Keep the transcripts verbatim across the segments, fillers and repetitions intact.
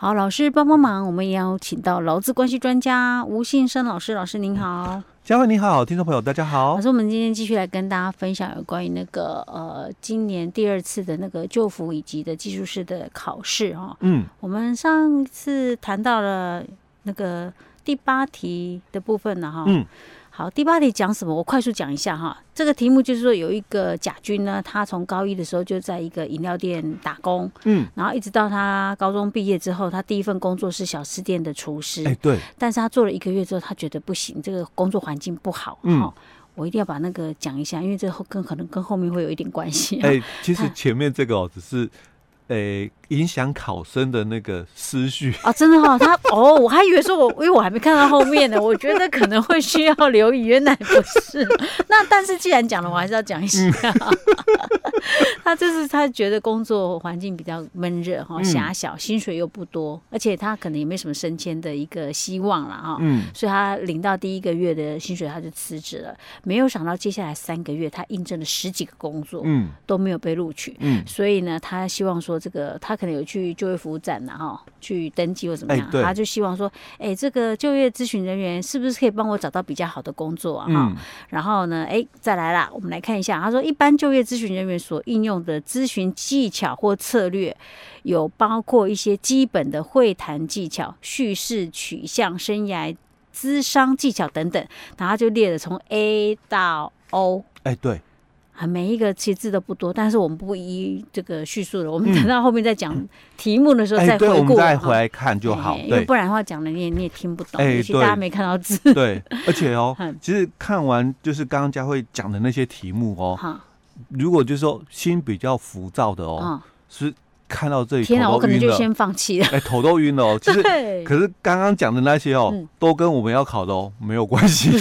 好，老师帮帮忙，我们也要请到劳资关系专家吴信生老师。老师您好。 嘉惠你好，听众朋友大家好。 老师，我们今天继续来跟大家分享有关于那个呃，今年第二次的那个就服以及的技术士的考试哈。嗯，我们上次谈到了那个第八题的部分了哈。嗯。好，第八题讲什么？我快速讲一下哈。这个题目就是说，有一个甲军呢，他从高一的时候就在一个饮料店打工，嗯，然后一直到他高中毕业之后，他第一份工作是小吃店的厨师，哎、欸，对。但是他做了一个月之后，他觉得不行，这个工作环境不好，嗯。我一定要把那个讲一下，因为这后跟可能跟后面会有一点关系。 哎、欸，其实前面这个哦，只是。诶，影响考生的那个思绪啊，真的哈、哦，他哦，我还以为说我，因为我还没看到后面呢，我觉得可能会需要留意，原来不是。那但是既然讲了，我还是要讲一下。嗯、他就是他觉得工作环境比较闷热哈，狭小，薪水又不多，而且他可能也没什么升迁的一个希望了哈。嗯，所以他领到第一个月的薪水他就辞职了，没有想到接下来三个月他应征了十几个工作，嗯，都没有被录取，嗯，所以呢，他希望说。这个他可能有去就业服务站呐，哈，去登记或怎么样，欸、他就希望说，哎、欸，这个就业咨询人员是不是可以帮我找到比较好的工作啊？哈、嗯，然后呢，哎、欸，再来啦，我们来看一下，他说，一般就业咨询人员所应用的咨询技巧或策略，有包括一些基本的会谈技巧、叙事取向、生涯咨商技巧等等，然后他就列了从 A 到 O， 哎、欸，对。 每一个其实字都不多，但是我们不一这个叙述了，我们等到后面再讲题目的时候再回顾、嗯欸， 我们再回来看就好。 因为不然的话讲了你也你也听不懂， 欸、 尤其大家没看到字。 对，而且哦，其实看完就是刚刚佳慧讲的那些题目哦，如果就是说心比较浮躁的哦，嗯、是看到这里头都晕了，天啊， 我可能就先放弃了， 哎、欸，头都晕了哦。其实可是刚刚讲的那些哦、嗯，都跟我们要考的哦没有关系。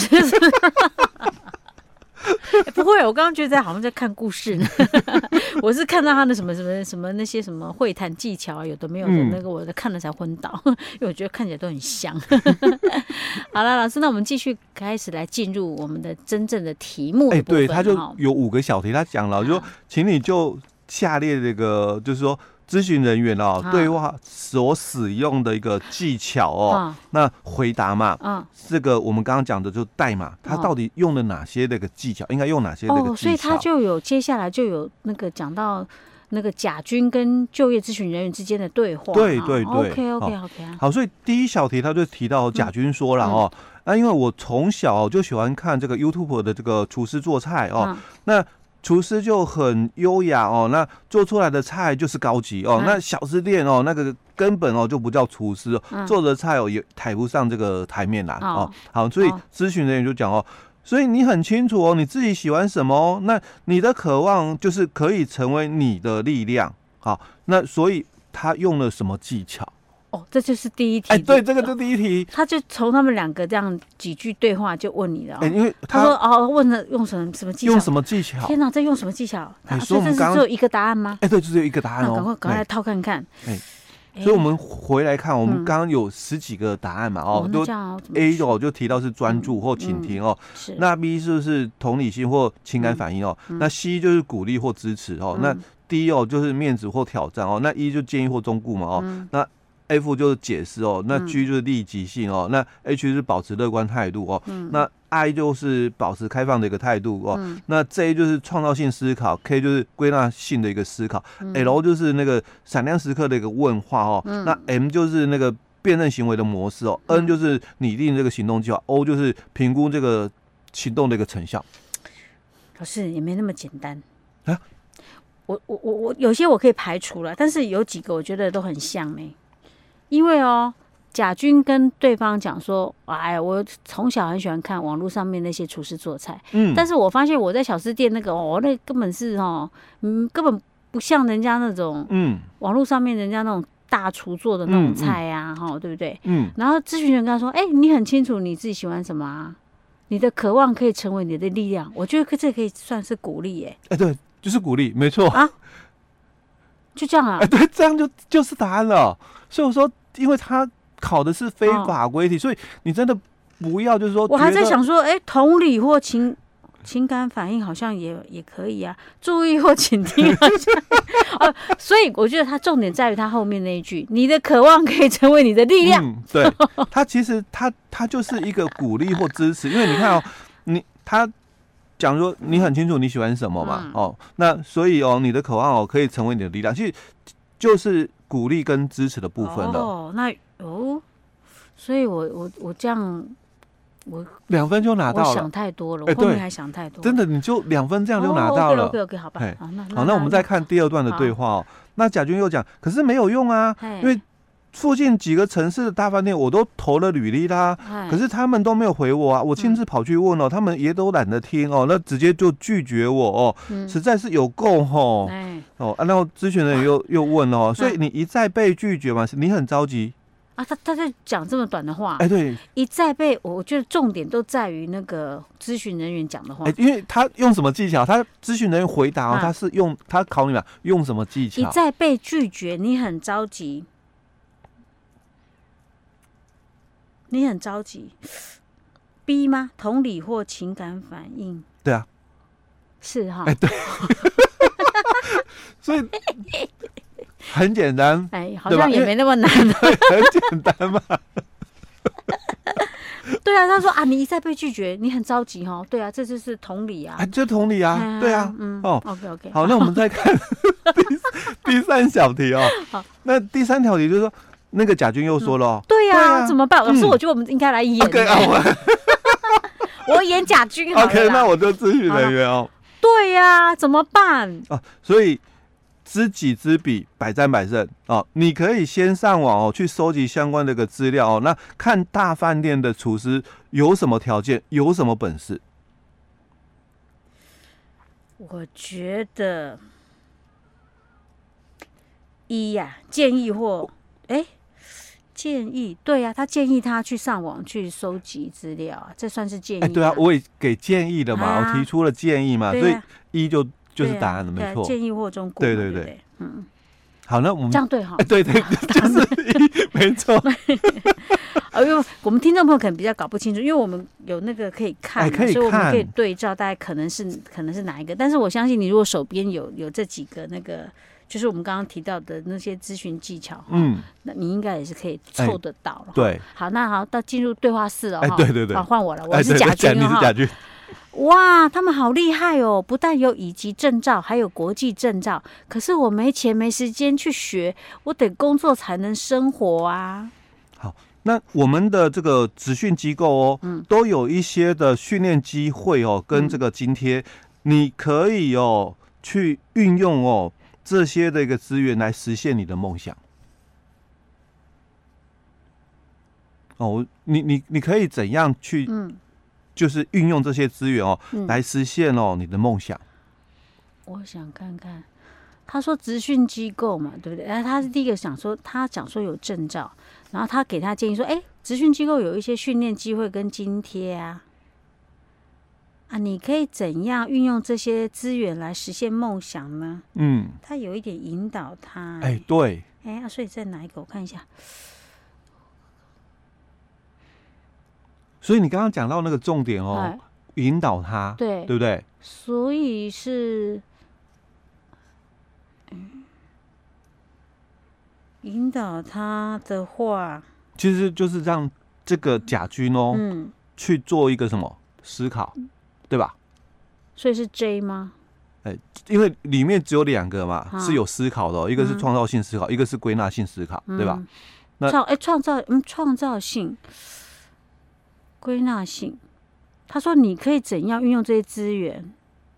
欸、不会，我刚刚觉得好像在看故事呢。我是看到他的什么什么什么那些什么会谈技巧啊，有的没有的，嗯、那个我看了才昏倒，因为我觉得看起来都很像。好了，老师，那我们继续开始来进入我们的真正的题目的。哎、欸， 对，他就有五个小题，他讲了，就说，请你就下列这个，就是说。咨询人员哦，对话所使用的一个技巧哦，啊、那回答嘛，啊、这个我们刚刚讲的就代码，他到底用了哪些那个技巧，应该用哪些那个技巧？哦， 所以他就有接下来就有那个讲到那个甲军跟就业咨询人员之间的对话。 对对对 ，OK OK OK。 好，所以第一小题他就提到甲军说了哦，那、嗯嗯啊、因为我从小就喜欢看这个 YouTube 的这个厨师做菜哦，嗯、那。厨师就很优雅哦，那做出来的菜就是高级哦。嗯、那小吃店哦，那个根本哦就不叫厨师哦，嗯、做的菜哦也抬不上这个台面来 哦, 哦。好，所以咨询人员就讲哦，所以你很清楚哦，你自己喜欢什么哦，那你的渴望就是可以成为你的力量。好，那所以他用了什么技巧？ 哦，这就是第一题。 哎、欸，对，这个是第一题。 他就从他们两个这样几句对话就问你了、哦。 哎、欸，因为 他, 他说哦，问了用什么什么技巧？ 用什么技巧？ 天哪，这用什么技巧？ 哎、欸， 所以我们刚刚只有一个答案吗？ 哎、欸，对，就只有一个答案哦。 赶快赶快来套看看。 哎、欸，所以我们回来看，我们刚刚有十几个答案嘛？哦，都、嗯、A 哦就提到是专注或倾听哦，嗯、是那 B 是不是同理心或情感反应哦？嗯、那 C 就是鼓励或支持哦，嗯、那 D 哦就是面子或挑战哦，那 E 就建议或忠固嘛哦，嗯、那。F 就是解释哦，那 G 就是立即性哦，嗯、那 H 是保持乐观态度哦，嗯、那 I 就是保持开放的一个态度哦，嗯、那 J 就是创造性思考 ，K 就是归纳性的一个思考、嗯、，L 就是那个闪亮时刻的一个问话哦，嗯、那 M 就是那个辨认行为的模式哦、嗯、，N 就是拟定这个行动计划 ，O 就是评估这个行动的一个成效。 老师也没那么简单啊，我我我我有些我可以排除了，但是有几个我觉得都很像呢。因为哦，甲军跟对方讲说，哎，我从小很喜欢看网络上面那些厨师做菜，嗯，但是我发现我在小吃店那个，哦，那根本是哦，嗯，根本不像人家那种，嗯，网络上面人家那种大厨做的那种菜呀、啊，哈、嗯嗯，对不对？嗯，然后咨询人跟他说，哎，你很清楚你自己喜欢什么啊？你的渴望可以成为你的力量，我觉得这可以算是鼓励耶。 哎，对，就是鼓励，没错啊， 就这样啊。 哎，对，这样就就是答案了。所以我说。因为他考的是非法规题，哦、所以你真的不要就是说， 我还在想说，哎、欸，同理或情情感反应好像也也可以啊，注意或倾听好像哦，所以我觉得它重点在于它后面那一句，你的渴望可以成为你的力量。 嗯，对，它其实它它就是一个鼓励或支持，因为你看哦，你他讲说你很清楚你喜欢什么嘛，嗯、哦，那所以哦，你的渴望哦可以成为你的力量，其实就是鼓励跟支持的部分了。 哦，那哦，所以我我我这样。我两分就拿到了， 我想太多了，我后面还想太多了、欸。 真的，你就两分这样就拿到了。 哦、OK OK OK， 好吧。好，那好，那我们再看第二段的对话哦。那贾君又讲，可是没有用啊，因为附近几个城市的大饭店我都投了履历啦，可是他们都没有回我啊。我亲自跑去问哦，他们也都懒得听哦，那直接就拒绝我哦，嗯、实在是有够吼。哦，然后咨询人员又又问哦，所以你一再被拒绝嘛，你很着急。 啊，他他在讲这么短的话， 哎、欸，对， 一再被我觉得重点都在于那个咨询人员讲的话， 哎、欸，因为他用什么技巧？他咨询人员回答哦，啊、他是用他考你嘛，用什么技巧？ 一再被拒绝，你很着急，你很着急 ，B 吗？同理或情感反应？ 对啊， 是哈， 哎、欸，对，所以。很简单， 哎，好像也没那么难， 很简单嘛。 对啊，他说啊，你一再被拒绝，你很着急哈。对啊，这就是同理啊， 哎，这同理啊，哎、对啊，嗯，哦 ，OK OK， 好，那我们再看第第三小题哦。好，那第三条题就是说，那个贾君又说了、哦嗯，对呀、啊啊，怎么办？老师， 嗯、 我觉得我们应该来演、 okay, 啊，我我演贾君好了 OK， 那我就咨询人员哦。 对呀、啊，怎么办啊？所以。知己知彼，百战百胜哦。你可以先上网哦，去收集相关的一个资料哦。那看大饭店的厨师有什么条件，有什么本事？ 我觉得一呀、啊，建议或哎、欸，建议对呀、啊，他建议他去上网去收集资料啊，这算是建议、啊。哎、 欸，对啊，我也给建议了嘛，啊、我提出了建议嘛，啊、所以一就。就是答案了，没错。 建议或中过， 对对对，嗯，好，那我们这样对哈， 对对，就是一，没错。 呃，因为我们听众朋友可能比较搞不清楚，因为我们有那个可以看， 可以看， 所以我们可以对照，大概可能是可能是哪一个。但是我相信你，如果手边有有这几个那个，就是我们刚刚提到的那些咨询技巧，嗯，那你应该也是可以凑得到了。 对， 好，那好，到进入对话室了哈。 对对对， 好，换我了，我是贾君哈。你是贾君。 哇，他们好厉害哦！不但有乙级证照，还有国际证照。可是我没钱没时间去学，我得工作才能生活啊。 好，那我们的这个职训机构哦，嗯，都有一些的训练机会哦，跟这个津贴，嗯、你可以哦去运用哦这些的一个资源来实现你的梦想。哦，你你你可以怎样去？嗯。就是运用这些资源哦，嗯、来实现哦你的梦想。 我想看看，他说职训机构嘛，对不对？哎，他是第一个想说，他讲说有证照，然后他给他建议说，哎，职训机构有一些训练机会跟津贴啊，啊，你可以怎样运用这些资源来实现梦想呢？嗯，他有一点引导他、欸， 哎、欸，对， 哎、欸啊，所以在哪一个？我看一下。 所以你刚刚讲到那个重点哦，引导他， 对， 对不对？ 所以是，嗯，引导他的话， 其实就是让这个贾君哦，嗯，去做一个什么思考，对吧？ 所以是 J 吗？ 哎、欸，因为里面只有两个嘛，啊、是有思考的、哦，一个是创造性思考，嗯、一个是归纳性思考，嗯、对吧？ 那创哎创造嗯创造性。归纳性，他说你可以怎样运用这些资源？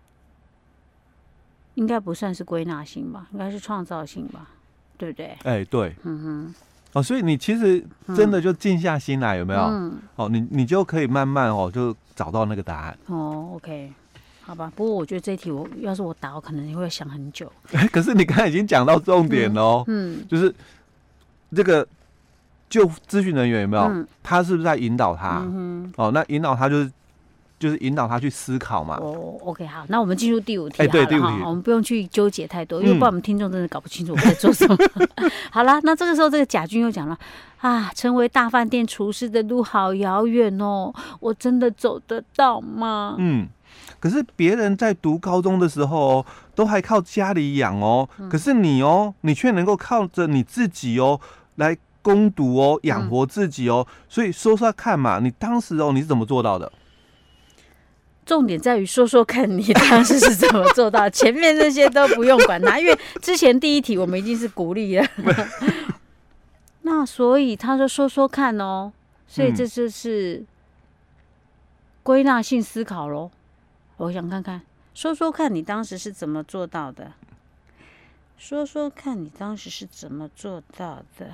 应该不算是归纳性吧，应该是创造性吧，对不对？ 哎、欸，对，嗯哼，哦，所以你其实真的就静下心来，有没有？嗯，哦，你你就可以慢慢哦，就找到那个答案。 哦 ，OK， 好吧。不过我觉得这一题我要是我答，我可能也会想很久。 可是你刚才已经讲到重点了哦，嗯，嗯就是这个。就咨询人员有没有？嗯、他是不是在引导他？嗯、哦，那引导他就是就是引导他去思考嘛。 哦 ，OK， 好，那我们进入第五题好了， 哎，对，第五题， 我们不用去纠结太多，因为不然我们听众真的搞不清楚我在做什么。好啦，那这个时候这个贾君又讲了啊，成为大饭店厨师的路好遥远哦，我真的走得到吗？ 嗯。可是别人在读高中的时候哦，都还靠家里养哦，嗯、可是你哦，你却能够靠着你自己哦来攻读哦，养活自己哦。嗯、所以说说看嘛，你当时哦你是怎么做到的？ 重点在于说说看你当时是怎么做到，前面那些都不用管它，因为之前第一题我们已经是鼓励了。那所以他说说说看哦，所以这就是归纳性思考咯。我想看看，说说看你当时是怎么做到的？说说看你当时是怎么做到的？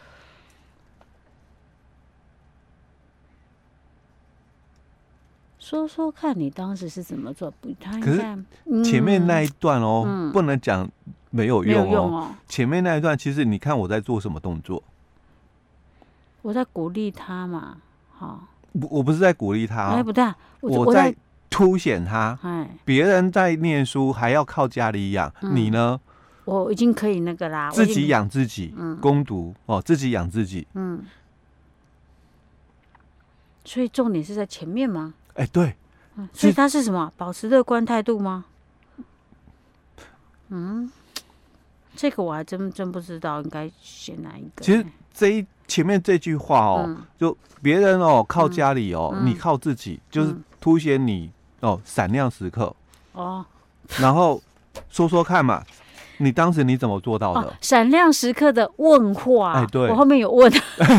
说说看你当时是怎么做？不，他应该前面那一段哦， 嗯、 不能讲没有用哦。 没有用哦。 前面那一段，其实你看我在做什么动作？ 我在鼓励他嘛，好。 我我不是在鼓励他、哦， 哎，不对、啊， 我, 我在凸显他。 哎， 别人在念书还要靠家里养，嗯、你呢？ 我已经可以那个啦， 自己养自己，嗯，攻读哦，自己养自己， 嗯。所以重点是在前面吗？ 哎，对。 嗯，所以他是什么？保持乐观态度吗？嗯，这个我还真真不知道，应该选哪一个？ 其实这一。前面这句话哦，嗯、就别人哦靠家里哦，嗯、你靠自己，就是凸显你哦闪亮时刻哦。然后说说看嘛，你当时你怎么做到的？ 闪、哦、亮时刻的问话， 哎，对， 我后面有问。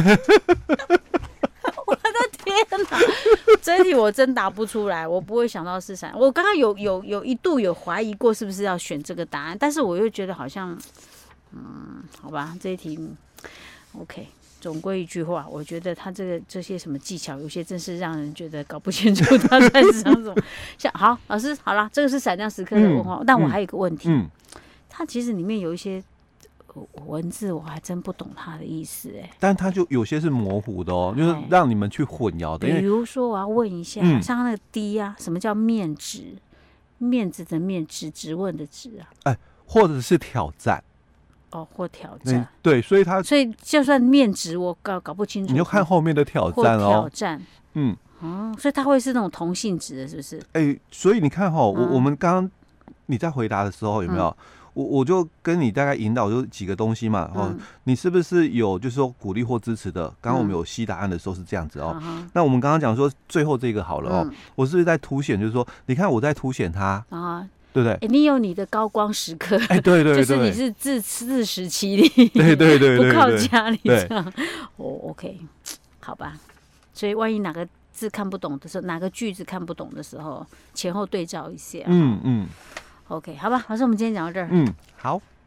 我的天哪，这一题我真答不出来，我不会想到是闪。我刚刚有有有一度有怀疑过是不是要选这个答案，但是我又觉得好像，嗯，好吧，这一题 OK。总归一句话，我觉得他这个这些什么技巧，有些真是让人觉得搞不清楚他在想什么。像好，老师好了，这个是闪亮时刻的问话，嗯、但我还有一个问题，嗯、它其实里面有一些文字，我还真不懂它的意思哎。 但它就有些是模糊的哦，就是让你们去混淆的。 比如说，我要问一下，嗯、像那个“低”啊，什么叫面质？面子的面，质质问的质啊？ 哎，或者是挑战。 哦，或挑战， 对，所以他所以就算面值我搞搞不清楚， 你就看后面的挑战哦， 挑战，嗯，哦，所以他会是那种同性质的，是不是？哎、 欸，所以你看哈、哦，我、嗯、我们刚刚你在回答的时候有没有？嗯、我我就跟你大概引导就几个东西嘛，哦，嗯、你是不是有就是说鼓励或支持的？刚刚我们有 C 答案的时候是这样子哦，嗯、那我们刚刚讲说最后这个好了哦，嗯、我是不是在凸显就是说，你看我在凸显它啊。对不对？ 欸、你有你的高光时刻， 哎、欸，对对对， 就是你是自自食其力， 对对对， 不靠家里这样。哦 ，OK， 好吧。所以万一哪个字看不懂的时候，哪个句子看不懂的时候，前后对照一下。 嗯嗯。 OK， 好吧，老师，我们今天讲到这儿。 嗯，好。